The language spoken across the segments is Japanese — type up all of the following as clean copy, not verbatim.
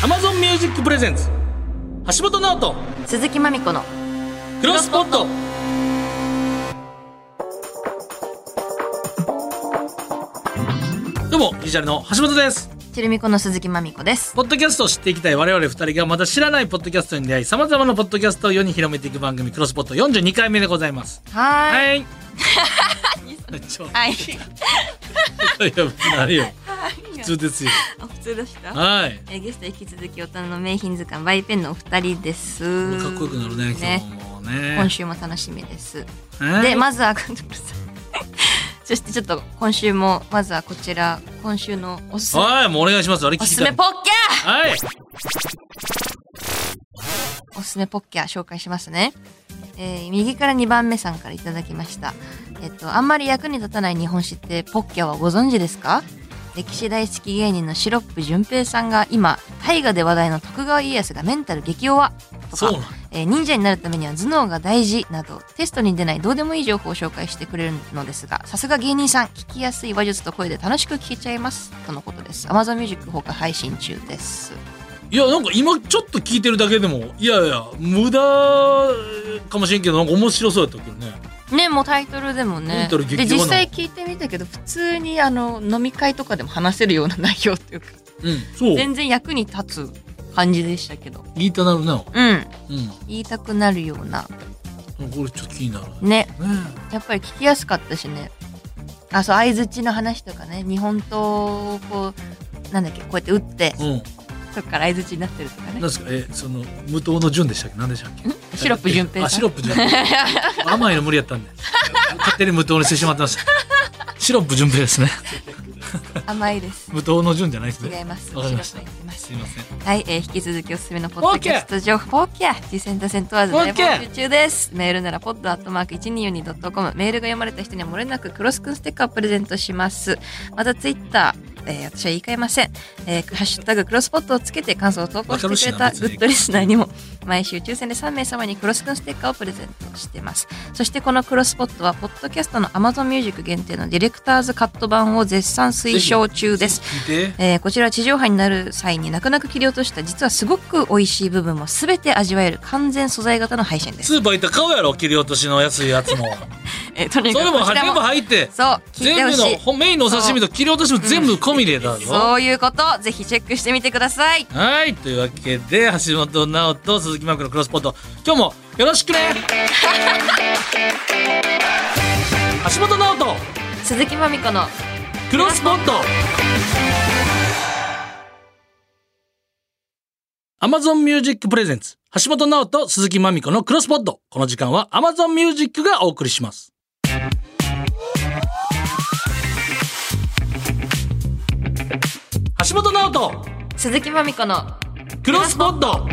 Amazon Music Presents 橋本直人鈴木まみこのクロスポット。どうもギジャルの橋本です。 ちるみこの鈴木まみこです。 ポッドキャストを知っていきたい我々二人がまだ知らないポッドキャストに出会い、様々なポッドキャストを世に広めていく番組クロスポット42回目でございます。 はいいはいいや何よ普通ですよ。 普通でした。 はい、 ゲスト引き続き大人の名品図鑑バイペンのお二人です。 かっこよくなるね今日もね。 今週も楽しみです。でまずはそしてちょっと今週もまずはこちら今週のおすすめ、 はい、もうお願いします。あれ聞きたい。 おすすめポッキャー、 はい、 おすすめポッキャー紹介しますね。右から2番目さんからいただきました。あんまり役に立たない日本史ってポッキャはご存知ですか？歴史大好き芸人のシロップ純平さんが今大河で話題の徳川家康がメンタル激弱とか、忍者になるためには頭脳が大事などテストに出ないどうでもいい情報を紹介してくれるのですが、さすが芸人さん、聞きやすい話術と声で楽しく聞けちゃいますとのことです。 Amazon Music ほか配信中です。 いやなんか今ちょっと聞いてるだけでもいや無駄かもしれんけどなんか面白そうやったけどね。 ね、もうタイトルでもね。で実際聞いてみたけど普通に飲み会とかでも話せるような内容っていうか、 そう全然役に立つ感じでしたけど。 言いたなるな。 言いたくなるような。 これちょっと気になるね。やっぱり聞きやすかったしね。そう相づちの話とかね、日本刀をこうなんだっけこうやって打って、そっから相づちになってるとかね。 なんですかその無糖の順でしたっけ、何でしたっけ？ シロップ純平さん。 シロップ純平甘いの無理やったんで勝手に無糖にしてしまってました。シロップ純平ですね。 甘いです。 無糖の順じゃないですね。 違います。 わかりました。 すいません。 はい、引き続きおすすめのポッドキャスト情報ポッキャー実践多戦問わず大募集中です。メールならpod@1242.com、 メールが読まれた人には漏れなくクロスくんステッカーをプレゼントします。またツイッター、私は言い換えません。ハッシュタグクロスポットをつけて感想を投稿してくれたグッドリスナーにも毎週抽選で3名様にクロスくんステッカーをプレゼントしています。そしてこのクロスポットはポッドキャストの Amazon Music 限定のディレクターズカット版を絶賛推奨中です。こちらは地上波になる際に泣く泣く切り落とした実はすごく美味しい部分も全て味わえる完全素材型の配信です。 スーパー行ったら買うやろ切り落としの安いやつも。 とにかくそれも全部入って全部のメインのお刺身と切り落としも全部込みでだぞ。 そういうことぜひチェックしてみてください。 はい、というわけで橋本直人鈴木まみこのクロスポット今日もよろしくね。橋本直人鈴木まみこのクロスポット。 Amazon Music Presents 橋本直人鈴木まみこのクロスポット。この時間は Amazon Music がお送りします。橋本直人鈴木まみこのクロスポット。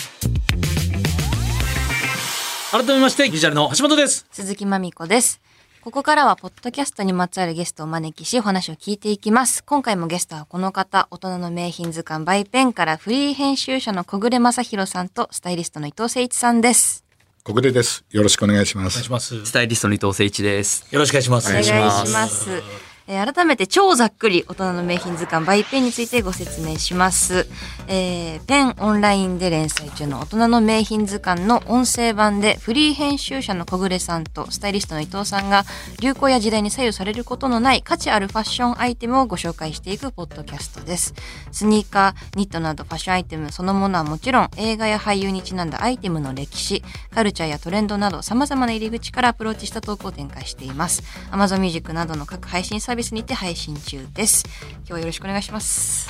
改めましてギジャルの橋本です。 鈴木まみこです。ここからはポッドキャストにまつわるゲストをお招きしお話を聞いていきます。今回もゲストはこの方、大人の名品図鑑バイペンからフリー編集者の小暮正弘さんとスタイリストの伊藤誠一さんです。 小暮です。よろしくお願いします。 お願いします。 スタイリストの伊藤誠一です。 よろしくお願いします。 お願いします。改めて超ざっくり大人の名品図鑑バイペンについてご説明します。ペンオンラインで連載中の大人の名品図鑑の音声版でフリー編集者の小暮さんとスタイリストの伊藤さんが流行や時代に左右されることのない価値あるファッションアイテムをご紹介していくポッドキャストです。スニーカー、ニットなどファッションアイテムそのものはもちろん映画や俳優にちなんだアイテムの歴史、カルチャーやトレンドなど様々な入り口からアプローチしたトークを展開しています。 Amazon Music などの各配信サービスにて配信中です。今日はよろしくお願いします。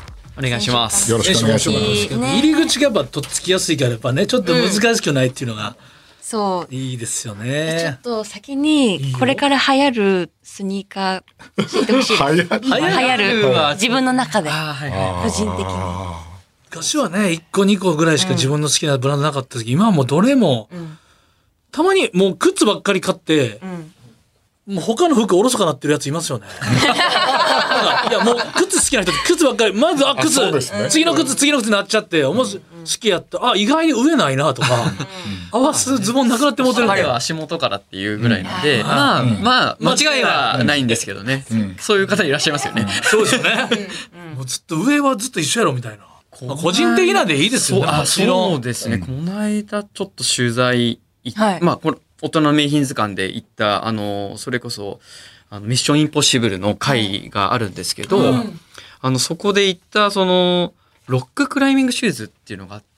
お願いします。 よろしくお願いします。 入り口がやっぱとっつきやすいからやっぱねちょっと難しくないっていうのが、 そういいですよちょね。 っと先にこれから流行るスニーカー教えてほしい。流行る自分の中で個人的に。 昔はね1個2個ぐらいしか自分の好きなブランドなかった時、今はもうどれも、たまにもう靴ばっかり買って、もう他の服おろそかなってるやついますよね。いやもう靴好きな人って靴ばっかりまず靴、次の靴になっちゃって好きやった意外に上ないなとか合わすズボンなくなって持ってるんで、 彼は足元からっていうぐらいなんで、まあ間違いはないんですけどね、そういう方いらっしゃいますよね。 そうですよね。もうずっと上はずっと一緒やろみたいな。 まあ個人的なでいいですよね。もちろんそうですね。この間ちょっと取材はいまあこれ大人の名品図鑑で行ったそれこそミッションインポッシブルの会があるんですけど、そこで行ったそのロッククライミングシューズっていうのがあって、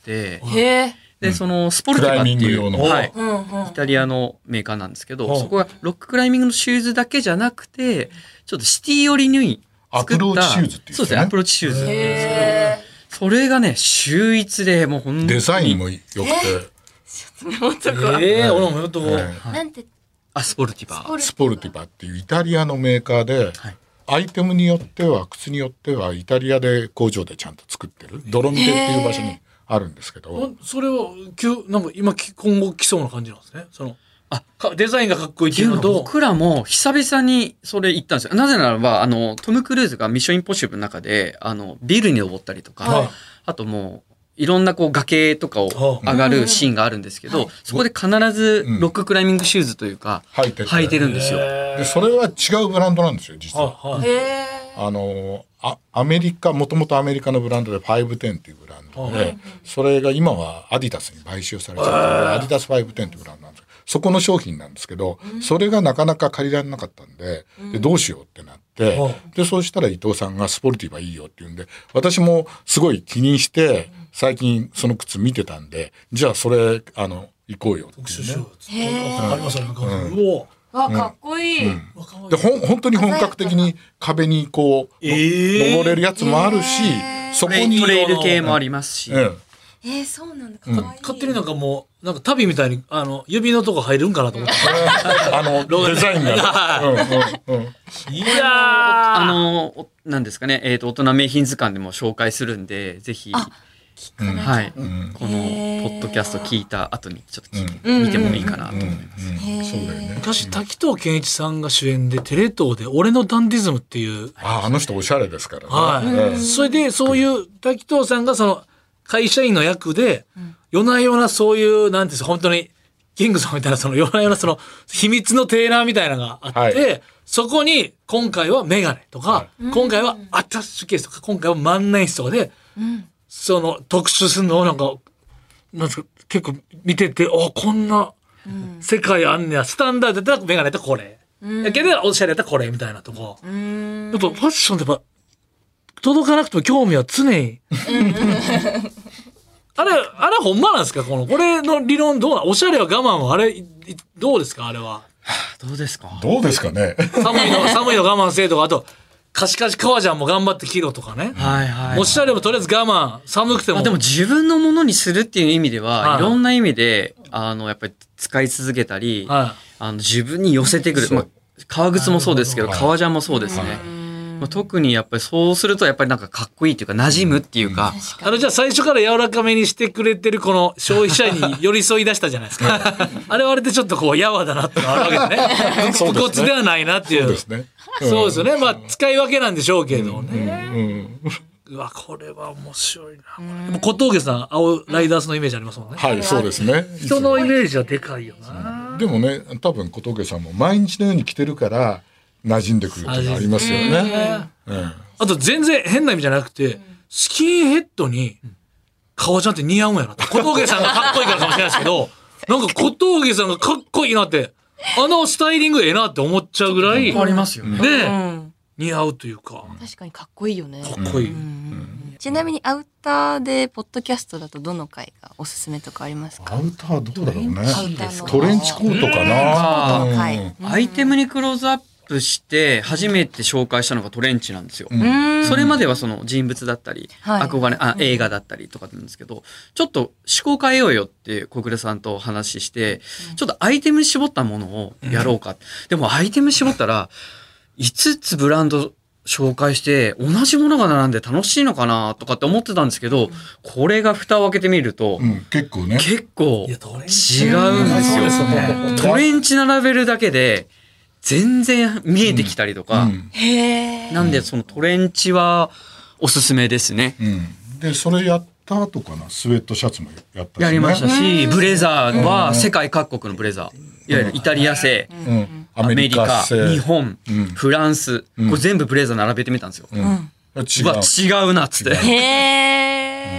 へえ。 でそのスポルティバっていうクライミング用のはいうんうん。 イタリアのメーカーなんですけど、 うんそこがロッククライミングのシューズだけじゃなくて、ちょっとシティ寄りに作ったアプローチシューズっていうんですねそうですね、アプローチシューズっていうんですけど、 へそれがね秀逸でもう本当にデザインも良くて、 え。もっとこう。 俺も言うとこなんて、 スポルティバスポルティバっていうイタリアのメーカーで、 はいアイテムによっては靴によってはイタリアで工場でちゃんと作ってるドロミテっていう場所にあるんですけど、 それはなんか今後来そうな感じなんですね。デザインがかっこいいっていうのと、 僕らも久々にそれ行ったんですよ。なぜならばトム・クルーズがミッション・インポッシブルの中でビルに登ったりとか、 はいあともういろんなこう崖とかを上がるシーンがあるんですけど、そこで必ずロッククライミングシューズというか、 履いてて履いてるんですよ。 でそれは違うブランドなんですよ実は。 はいへえ。 アメリカもともとアメリカのブランドで510っていうブランドで、それが今はアディダスに買収されちゃったのでアディダス510っていうブランドなんです。そこの商品なんですけど、それがなかなか借りられなかったんで、どうしようってなって、でそうしたら伊藤さんがスポルティバいいよって言うんで、私もすごい気にして最近その靴見てたんで、じゃあそれ行こうよっていうね。 ありますよね。 わ、かっこいい。 で本当に本格的に壁にこう、登れるやつもあるし、そこにトレイル系もありますし、 そうなんだ。かわいい。 勝手になんかもうなんか旅みたいに指のとこ入るんかなと思って。 デザインが。 いやなんですかね、大人名品図鑑でも紹介するんで、ぜひ、はい、このポッドキャスト聞いた後にちょっと聞いてみてもいいかなと思います。 そうだよね。 昔滝藤賢一さんが主演でテレ東で俺のダンディズムっていうあの人おしゃれですからね。 はい。それで、そういう、滝藤さんがその、会社員の役で、夜な夜なそういう、なんていうんですか、本当に、キングさんみたいな、その夜な夜なその、秘密のテーラーみたいなのがあって、 はい、 そこに、今回はメガネとか、今回はアタッシュケースとか、今回は万年筆とかで、その、特殊するのをなんか結構見てて、こんな世界あんねや、スタンダードだったらメガネとこれ。やけど、おしゃれやったらこれみたいなとこ。やっぱファッションってやっぱ、届かなくても興味は常に。あれほんまなんですかこれの理論どうなんおしゃれは我慢はあれ、どうですかあれは。 どうですかね。 寒いの我慢せえとか、あと、カシカシ革ジャンも頑張って着ろとかね。 はいはい。 おしゃれもとりあえず我慢、寒くても。 でも自分のものにするっていう意味では、いろんな意味で、やっぱり使い続けたり、自分に寄せてくる。革靴もそうですけど、革ジャンもそうですね。特にやっぱりそうするとやっぱりなんかかっこいいっていうか馴染むっていうか、 じゃあ最初から柔らかめにしてくれてるこの消費者に寄り添い出したじゃないですかあれはあれでちょっとやわだなってのあるわけですね武骨ではないなっていうそうですね、そうですよね、まあ使い分けなんでしょうけどね、うわこれは面白いな。小峠さん青ライダースのイメージありますもんね。 はい、そうですね。 人のイメージはでかいよな。 でもね、多分小峠さんも毎日のように着てるから馴染んでくるっていうのありますよね。 あと全然変な意味じゃなくて、スキンヘッドに革ジャンって似合うんやなって。小峠さんがかっこいいからかもしれないですけど、なんか小峠さんがかっこいいなって、スタイリングええなって思っちゃうぐらい。 ありますよね。 ね、似合うというか。 確かにかっこいいよね。 かっこいい。 ちなみにアウターでポッドキャストだとどの回がおすすめとかありますか？ アウターどうだろうね。トレンチコートかな。 アイテムにクローズアップして初めて紹介したのがトレンチなんですよ。それまではその人物だったり、憧れ、映画だったりとかなんですけど、ちょっと思考変えようよって小暮さんと話して、ちょっとアイテムに絞ったものをやろうか。でもアイテムに絞ったら、5つブランド紹介して同じものが並んで楽しいのかなとかって思ってたんですけど、これが蓋を開けてみると、結構違うんですよ。トレンチ並べるだけで全然見えてきたりとか、なんでそのトレンチはおすすめですね。 でそれやった後かな、スウェットシャツもやったしね。 やりましたし、ブレザーは世界各国のブレザー、いわゆるイタリア製、アメリカ、日本、フランス、これ全部ブレザー並べてみたんですよ。違うなっつって。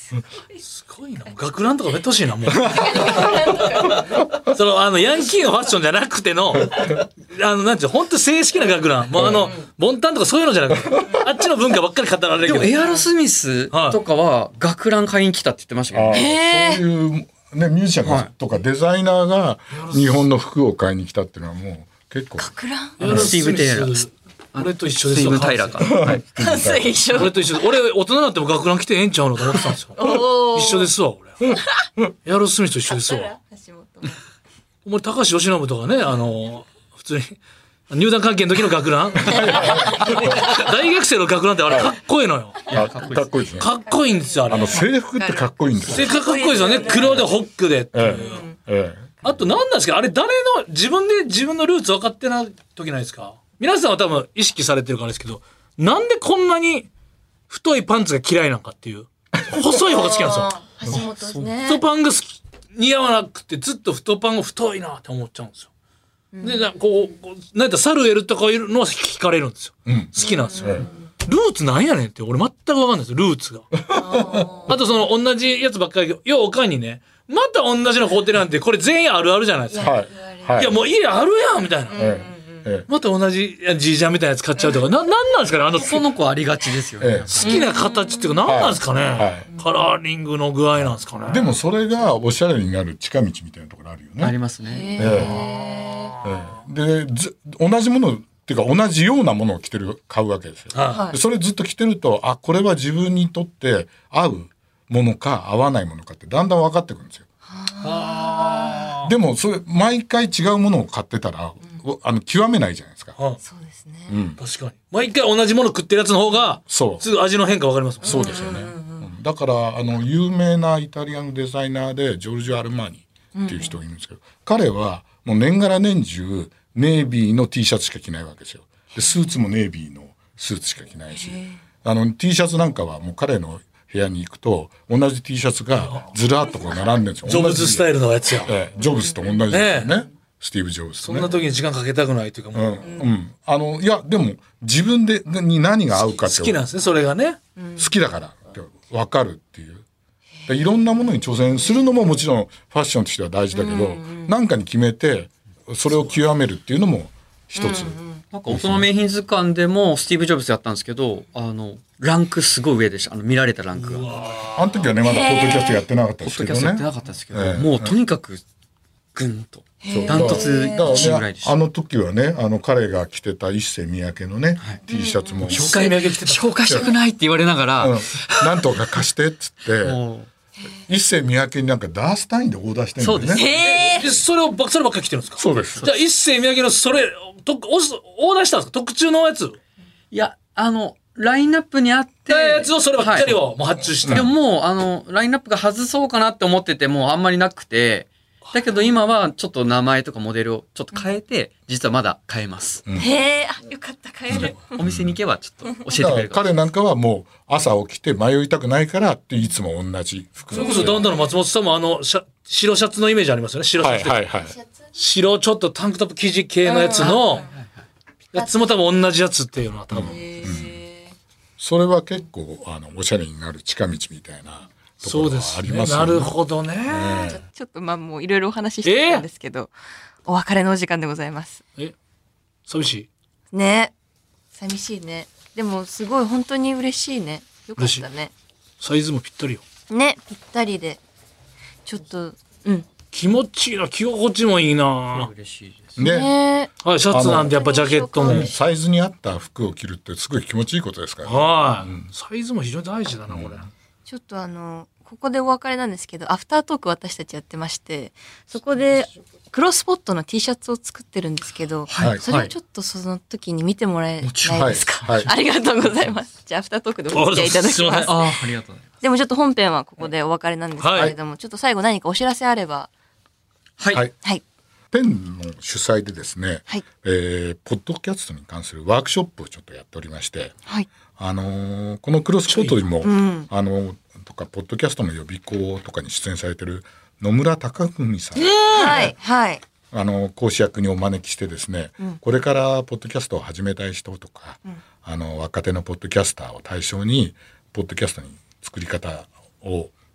すごいな。学ランとかやってほしいな、もう。その、ヤンキーのファッションじゃなくての、なんていうの、本当正式な学ラン。もうボンタンとかそういうのじゃなくて、あっちの文化ばっかり語られるけど。 でもエアロスミスとかは学ラン買いに来たって言ってましたけどね。 そういう、ね、ミュージシャンとかデザイナーが日本の服を買いに来たっていうのはもう結構。 学ランスティーブ・テイラー。 俺と一緒ですスティーブ・タイラーか。はい。 関西一緒。 俺と一緒で。俺、大人になっても学ラン着てええんちゃうのと思ってたんですよ。一緒ですわ、俺。エアロスミスと一緒ですわ。 橋本。 お前、高橋由伸とかね、普通に、入団関係の時の学ラン大学生の学ランってあれかっこいいのよ。 かっこいいですね。 かっこいいんですよ、あれ。 制服ってかっこいいんですよ。 かっこいいですよね。黒でホックでっていう。あと何なんですかあれ誰の、自分で自分のルーツ分かってない時ないですか皆さんは多分意識されてるからですけど、なんでこんなに太いパンツが嫌いなんかっていう。細い方が好きなんですよ。 橋本ね。 太パンが似合わなくてずっと太パンが太いなって思っちゃうんですよ。で、こう、なんやったらサルエルとかいうのは惹かれるんですよ。好きなんですよ。ルーツなんやねんって俺全く分かんないですよ、ルーツが。あとその同じやつばっかり、要はおかんにね、また同じの買うてるなんてこれ全員あるあるじゃないですか。いやもう家あるやんみたいな。また同じジージャンみたいなやつ買っちゃうとか、なんなんですかねその子ありがちですよね。 好きな形っていうか、なんなんですかねカラーリングの具合なんですかねでもそれがおしゃれになる近道みたいなところあるよね。 ありますね。 で、同じものっていうか同じようなものを買うわけですよ。でそれずっと着てると、あ、これは自分にとって合うものか合わないものかってだんだん分かってくるんですよ。でもそれ毎回違うものを買ってたら、極めないじゃないですか。 そうですね。 確かに。毎回同じもの食ってるやつの方が、すぐ味の変化分かりますもんね。 そうですよね。だから有名なイタリアのデザイナーでジョルジョ・アルマーニっていう人がいるんですけど、彼はもう年がら年中ネイビーの T シャツしか着ないわけですよ。でスーツもネイビーのスーツしか着ないし、T シャツなんかはもう彼の部屋に行くと同じ T シャツがずらっとこう並んでるんですよ。 ジョブズスタイルのやつや。 ジョブズと同じですよね。スティーブ・ジョブズ、 そんな時に時間かけたくないというかもう、 いやでも自分に何が合うかって好きなんですねそれがね。 好きだからって分かるっていう。いろんなものに挑戦するのももちろんファッションとしては大事だけど、何かに決めてそれを極めるっていうのも一つ。 なんか大人名品図鑑でもスティーブ・ジョブズやったんですけど、ランクすごい上でした。見られたランクが。 あの時はねまだポッドキャストやってなかったですけどね。 ポッドキャストやってなかったですけど、もうとにかくぐんとダントツ1位ぐらいでした。 あの時はね彼が着てた一世三宅のね、T シャツも紹介したくないって言われながら、 なんとか貸してっつって一世三宅になんかダース単位でオーダーしてるんだよね。 そればっかり着てるんですか。 そうです。 じゃあ一世三宅のそれオーダーしたんですか特注のやつ。 いやラインナップにあってやつをそればっかりをもう発注して、 でももうラインナップが外そうかなって思っててもあんまりなくて、だけど今はちょっと名前とかモデルをちょっと変えて、実はまだ変えます。 へえ、よかった変える。 お店に行けばちょっと教えてくれるかも。 彼なんかはもう朝起きて迷いたくないからっていつも同じ服。 それこそダウンタウンの松本さんも白シャツのイメージありますよね。白シャツ。 はいはいはい。 白ちょっとタンクトップ生地系のやつのやつも多分同じやつっていうのは多分。 それは結構おしゃれになる近道みたいなところはありますよね。 なるほどね。 ちょっともういろいろお話ししてたんですけど、お別れのお時間でございます。 寂しいね。寂しいね。でもすごい本当に嬉しいね。よかったね。 サイズもぴったりよ。 ね、ぴったりでちょっと気持ちいいな、着心地もいいな。 嬉しいですね。 はい、シャツなんでやっぱジャケットもサイズに合った服を着るってすごい気持ちいいことですからね。 はい、サイズも非常に大事だなこれ。 ちょっとここでお別れなんですけど、アフタートーク私たちやってまして、そこでクロスポットの T シャツを作ってるんですけど、それをちょっとその時に見てもらえないですか。ありがとうございます。じゃあアフタートークでお付き合いいただきます。 ありがとうございます。 でもちょっと本編はここでお別れなんですけれども、ちょっと最後何かお知らせあれば。 はい。 ペンの主催でですね、ポッドキャストに関するワークショップをちょっとやっておりまして、このクロスポットにも、とかポッドキャストの予備校とかに出演されてる野村貴文さん、講師役にお招きしてですね、これからポッドキャストを始めたい人とか、若手のポッドキャスターを対象にポッドキャストに作り方を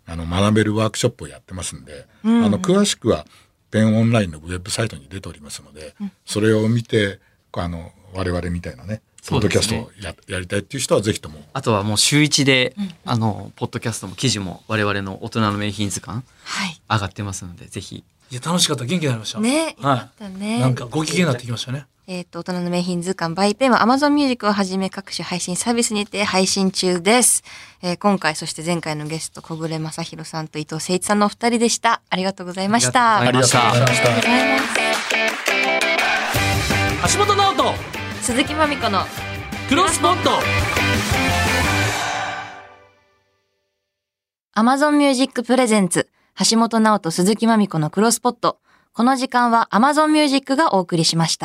学べるワークショップをやってますんで、詳しくはペンオンラインのウェブサイトに出ておりますので、それを見て我々みたいなねポッドキャストを やりたいっていう人はぜひとも。 あとはもう週1で、ポッドキャストも記事も我々の大人の名品図鑑、上がってますので、ぜひ。 いや楽しかった、元気になりましたね。よかったね。 なんかご機嫌になってきましたね。 大人の名品図鑑バイペンは Amazon Music をはじめ各種配信サービスにて配信中です。今回そして前回のゲスト小暮正弘さんと伊藤誠一さんのお二人でした。ありがとうございました。 ありがとうございました。 橋本直人、 鈴木まみこのクロスポット。 Amazon Music Presents 橋本直人鈴木まみこのクロスポット。この時間は Amazon Music がお送りしました。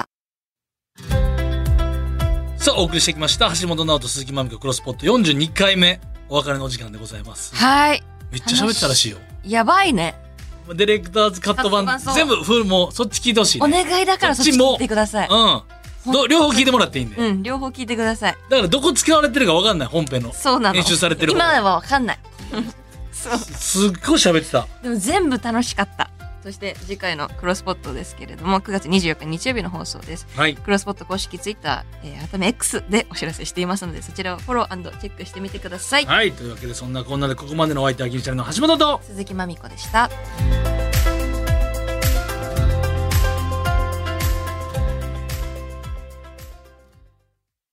さあお送りしてきました橋本直人鈴木まみこクロスポット42回目お別れのお時間でございます。 はい。 めっちゃ喋ってたらしいよ。 やばいね。 ディレクターズカット版全部フル、もうそっち聞いてほしい、ね、 お願いだからそっち聞いてください。 両方聞いてもらっていいんで。 両方聞いてください。 だからどこ使われてるか分かんない、本編の。 そうなの。 編集されてる今は分かんない。 そう。すっごい喋ってた。 でも全部楽しかった。そして次回のクロスポットですけれども9月24日日曜日の放送です。 はい。 クロスポット公式ツイッター、改め X でお知らせしていますので、そちらをフォロー&チェックしてみてください。 はい。というわけでそんなこんなでここまでのお相手はギリチャリの橋本と鈴木まみこでした。